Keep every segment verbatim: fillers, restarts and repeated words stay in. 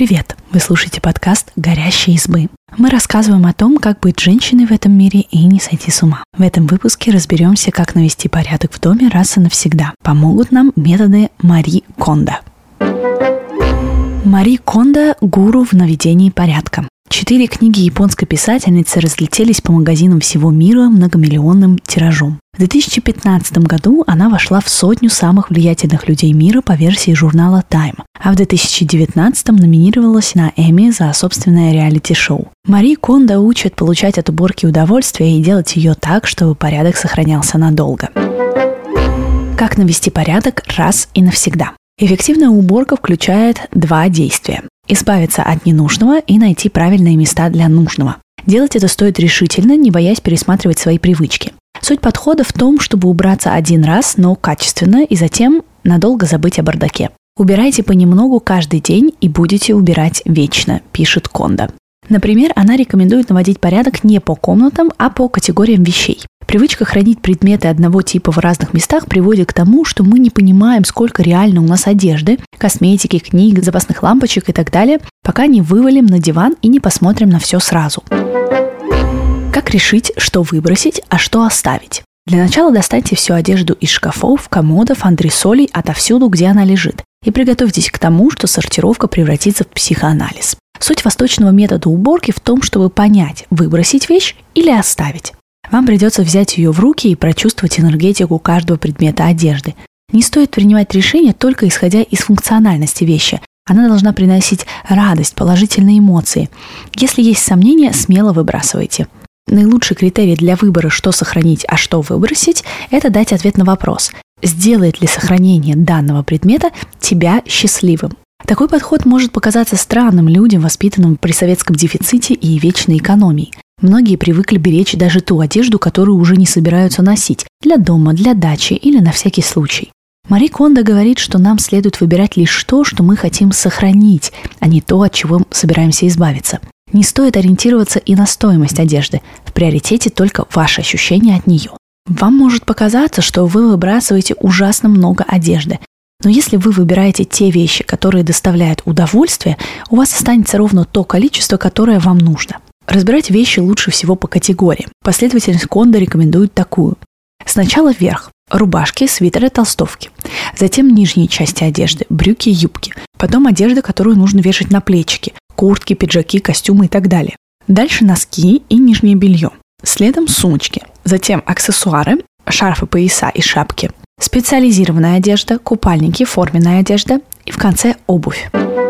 Привет! Вы слушаете подкаст «Горящие избы». Мы рассказываем о том, как быть женщиной в этом мире и не сойти с ума. В этом выпуске разберемся, как навести порядок в доме раз и навсегда. Помогут нам методы Мари Кондо. Мари Кондо – гуру в наведении порядка. Четыре книги японской писательницы разлетелись по магазинам всего мира многомиллионным тиражом. В две тысячи пятнадцатом году она вошла в сотню самых влиятельных людей мира по версии журнала Time, а в две тысячи девятнадцатом номинировалась на Эмми за собственное реалити-шоу. Мари Кондо учит получать от уборки удовольствие и делать ее так, чтобы порядок сохранялся надолго. Как навести порядок раз и навсегда? Эффективная уборка включает два действия – избавиться от ненужного и найти правильные места для нужного. Делать это стоит решительно, не боясь пересматривать свои привычки. Суть подхода в том, чтобы убраться один раз, но качественно, и затем надолго забыть о бардаке. Убирайте понемногу каждый день и будете убирать вечно, пишет Кондо. Например, она рекомендует наводить порядок не по комнатам, а по категориям вещей. Привычка хранить предметы одного типа в разных местах приводит к тому, что мы не понимаем, сколько реально у нас одежды, косметики, книг, запасных лампочек и так далее, пока не вывалим на диван и не посмотрим на все сразу. Как решить, что выбросить, а что оставить? Для начала достаньте всю одежду из шкафов, комодов, антресолей, отовсюду, где она лежит, и приготовьтесь к тому, что сортировка превратится в психоанализ. Суть восточного метода уборки в том, чтобы понять, выбросить вещь или оставить. Вам придется взять ее в руки и прочувствовать энергетику каждого предмета одежды. Не стоит принимать решение только исходя из функциональности вещи. Она должна приносить радость, положительные эмоции. Если есть сомнения, смело выбрасывайте. Наилучший критерий для выбора, что сохранить, а что выбросить, это дать ответ на вопрос: сделает ли сохранение данного предмета тебя счастливым? Такой подход может показаться странным людям, воспитанным при советском дефиците и вечной экономии. Многие привыкли беречь даже ту одежду, которую уже не собираются носить, для дома, для дачи или на всякий случай. Мари Кондо говорит, что нам следует выбирать лишь то, что мы хотим сохранить, а не то, от чего собираемся избавиться. Не стоит ориентироваться и на стоимость одежды. В приоритете только ваше ощущение от нее. Вам может показаться, что вы выбрасываете ужасно много одежды. Но если вы выбираете те вещи, которые доставляют удовольствие, у вас останется ровно то количество, которое вам нужно. Разбирать вещи лучше всего по категориям. Последовательность Кондо рекомендует такую. Сначала вверх. Рубашки, свитеры, толстовки. Затем нижние части одежды, брюки и юбки. Потом одежда, которую нужно вешать на плечики. Куртки, пиджаки, костюмы и так далее. Дальше носки и нижнее белье. Следом сумочки. Затем аксессуары, шарфы, пояса и шапки. Специализированная одежда, купальники, форменная одежда. И в конце обувь.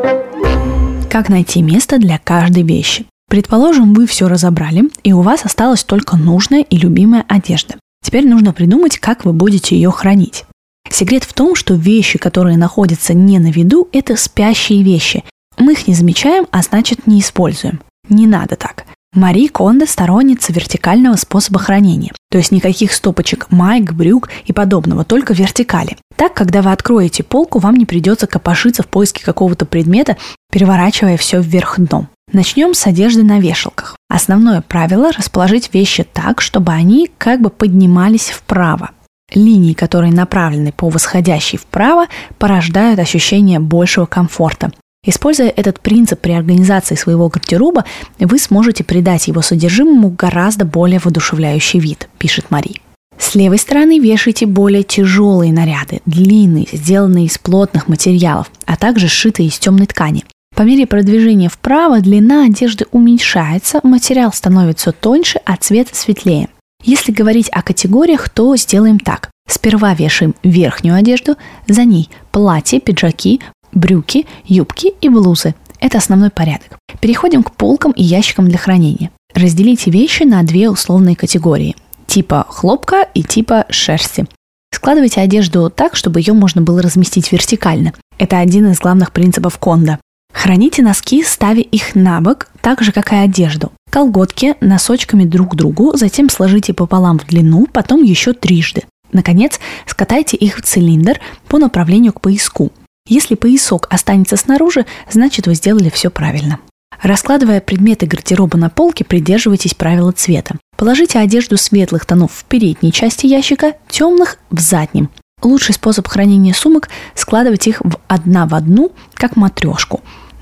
Как найти место для каждой вещи? Предположим, вы все разобрали, и у вас осталась только нужная и любимая одежда. Теперь нужно придумать, как вы будете ее хранить. Секрет в том, что вещи, которые находятся не на виду, это спящие вещи. Мы их не замечаем, а значит не используем. Не надо так. Мари Кондо сторонница вертикального способа хранения. То есть никаких стопочек майк, брюк и подобного, только вертикали. Так, когда вы откроете полку, вам не придется копошиться в поиске какого-то предмета, переворачивая все вверх дном. Начнем с одежды на вешалках. Основное правило – расположить вещи так, чтобы они как бы поднимались вправо. Линии, которые направлены по восходящей вправо, порождают ощущение большего комфорта. Используя этот принцип при организации своего гардероба, вы сможете придать его содержимому гораздо более воодушевляющий вид, пишет Мари. С левой стороны вешайте более тяжелые наряды, длинные, сделанные из плотных материалов, а также сшитые из темной ткани. По мере продвижения вправо длина одежды уменьшается, материал становится тоньше, а цвет светлее. Если говорить о категориях, то сделаем так. Сперва вешаем верхнюю одежду, за ней платья, пиджаки, брюки, юбки и блузы. Это основной порядок. Переходим к полкам и ящикам для хранения. Разделите вещи на две условные категории. Типа хлопка и типа шерсти. Складывайте одежду так, чтобы ее можно было разместить вертикально. Это один из главных принципов Кондо. Храните носки, ставя их на бок, так же, как и одежду. Колготки носочками друг к другу, затем сложите пополам в длину, потом еще трижды. Наконец, скатайте их в цилиндр по направлению к пояску. Если поясок останется снаружи, значит, вы сделали все правильно. Раскладывая предметы гардероба на полке, придерживайтесь правила цвета. Положите одежду светлых тонов в передней части ящика, темных – в заднем. Лучший способ хранения сумок – складывать их в одна в одну, как матрешку.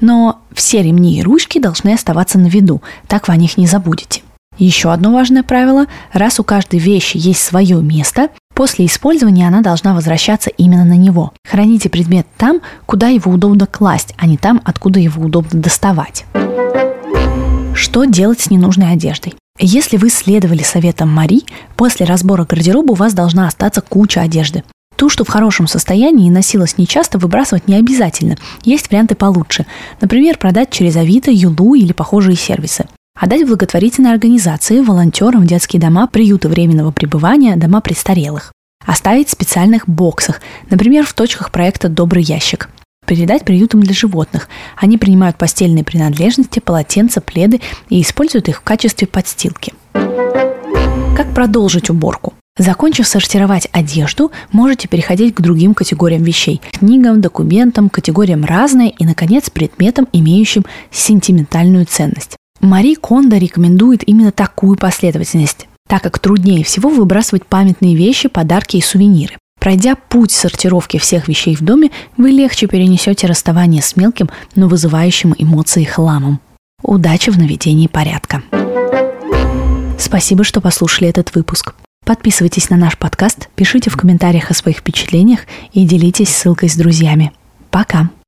Но все ремни и ручки должны оставаться на виду, так вы о них не забудете. Еще одно важное правило – раз у каждой вещи есть свое место, после использования она должна возвращаться именно на него. Храните предмет там, куда его удобно класть, а не там, откуда его удобно доставать. Что делать с ненужной одеждой? Если вы следовали советам Мари, после разбора гардероба у вас должна остаться куча одежды. Ту, что в хорошем состоянии и носилась нечасто, выбрасывать не обязательно. Есть варианты получше. Например, продать через Авито, Юлу или похожие сервисы. Отдать в благотворительные организации, волонтерам, детские дома, приюты временного пребывания, дома престарелых. Оставить в специальных боксах, например, в точках проекта «Добрый ящик». Передать приютам для животных. Они принимают постельные принадлежности, полотенца, пледы и используют их в качестве подстилки. Как продолжить уборку? Закончив сортировать одежду, можете переходить к другим категориям вещей – книгам, документам, категориям «разные» и, наконец, предметам, имеющим сентиментальную ценность. Мари Кондо рекомендует именно такую последовательность, так как труднее всего выбрасывать памятные вещи, подарки и сувениры. Пройдя путь сортировки всех вещей в доме, вы легче перенесете расставание с мелким, но вызывающим эмоции хламом. Удачи в наведении порядка! Спасибо, что послушали этот выпуск. Подписывайтесь на наш подкаст, пишите в комментариях о своих впечатлениях и делитесь ссылкой с друзьями. Пока!